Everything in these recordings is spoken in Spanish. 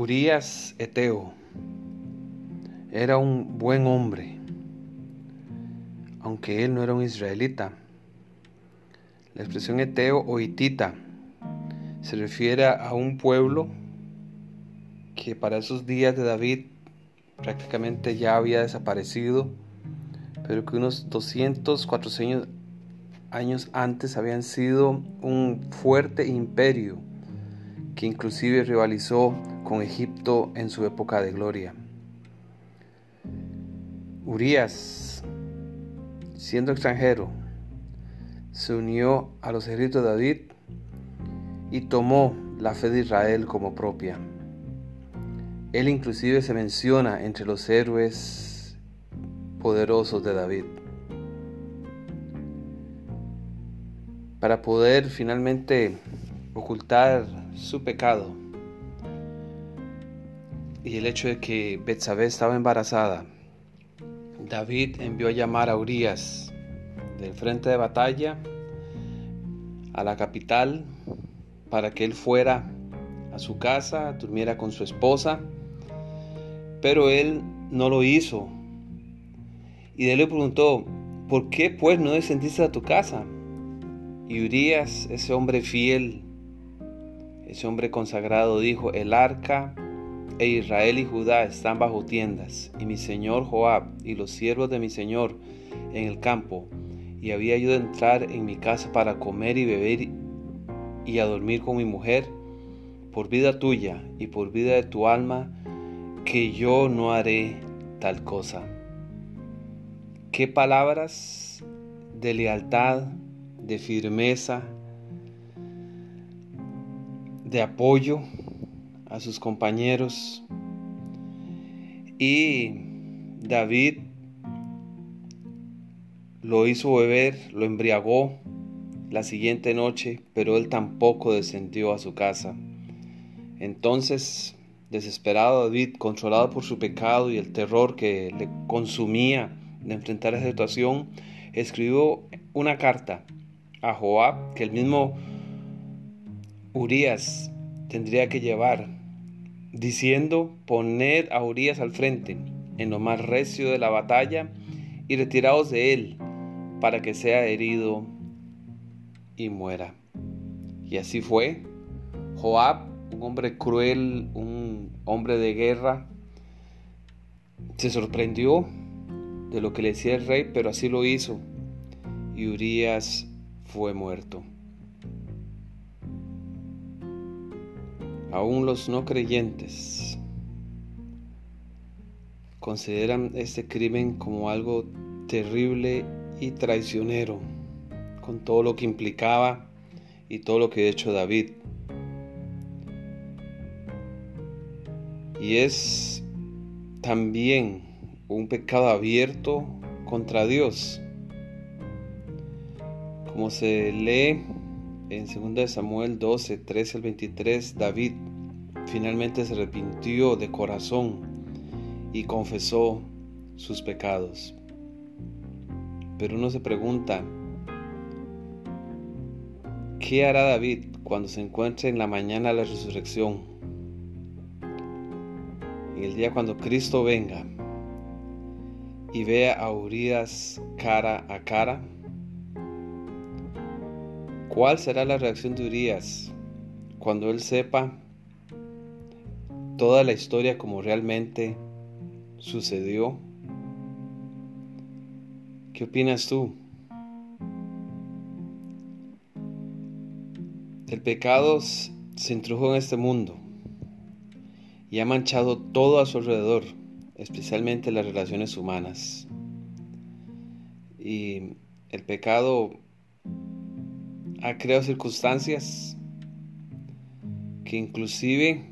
Urías Eteo era un buen hombre, aunque él no era un israelita. La expresión Eteo o hitita se refiere a un pueblo que para esos días de David prácticamente ya había desaparecido, pero que unos 400 años antes habían sido un fuerte imperio que inclusive rivalizó con Egipto en su época de gloria. Urías, siendo extranjero, se unió a los ejércitos de David y tomó la fe de Israel como propia. Él inclusive se menciona entre los héroes poderosos de David. Para poder finalmente ocultar su pecado y el hecho de que Betsabé estaba embarazada, David envió a llamar a Urías del frente de batalla a la capital para que él fuera a su casa, durmiera con su esposa, pero él no lo hizo. Y él le preguntó: ¿por qué pues no descendiste a tu casa? Y Urías, ese hombre fiel, ese hombre consagrado, dijo: el arca e Israel y Judá están bajo tiendas, y mi señor Joab y los siervos de mi señor en el campo, y había yo de entrar en mi casa para comer y beber y a dormir con mi mujer, por vida tuya y por vida de tu alma, que yo no haré tal cosa. Qué palabras de lealtad, de firmeza, de apoyo a sus compañeros. Y David lo hizo beber, lo embriagó la siguiente noche, pero él tampoco descendió a su casa. Entonces, desesperado David, controlado por su pecado y el terror que le consumía de enfrentar esa situación, escribió una carta a Joab que el mismo Urías tendría que llevar, diciendo: poned a Urías al frente en lo más recio de la batalla y retiraos de él para que sea herido y muera. Y así fue. Joab, un hombre cruel, un hombre de guerra, se sorprendió de lo que le decía el rey, pero así lo hizo, y Urías fue muerto. Aún los no creyentes consideran este crimen como algo terrible y traicionero, con todo lo que implicaba y todo lo que ha hecho David. Y es también un pecado abierto contra Dios. Como se lee en 2 Samuel 12, 13 al 23, David finalmente se arrepintió de corazón y confesó sus pecados. Pero uno se pregunta: ¿qué hará David cuando se encuentre en la mañana de la resurrección? En el día cuando Cristo venga y vea a Urías cara a cara. ¿Cuál será la reacción de Urías cuando él sepa toda la historia como realmente sucedió? ¿Qué opinas tú? El pecado se introdujo en este mundo y ha manchado todo a su alrededor, especialmente las relaciones humanas. Y el pecado ha creado circunstancias que inclusive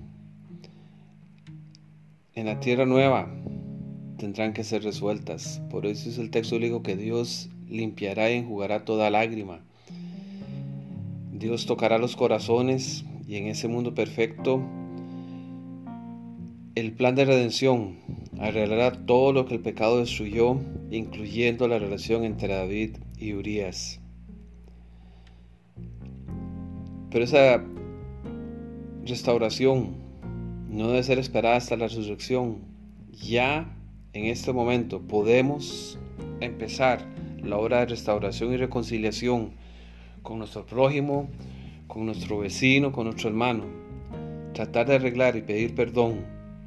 en la tierra nueva tendrán que ser resueltas. Por eso es el texto bíblico que Dios limpiará y enjugará toda lágrima. Dios tocará los corazones y en ese mundo perfecto el plan de redención arreglará todo lo que el pecado destruyó, incluyendo la relación entre David y Urías. Pero esa restauración no debe ser esperada hasta la resurrección. Ya en este momento podemos empezar la obra de restauración y reconciliación con nuestro prójimo, con nuestro vecino, con nuestro hermano. Tratar de arreglar y pedir perdón.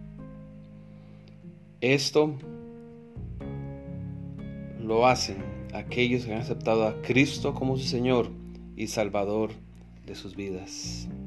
Esto lo hacen aquellos que han aceptado a Cristo como su Señor y Salvador de sus vidas.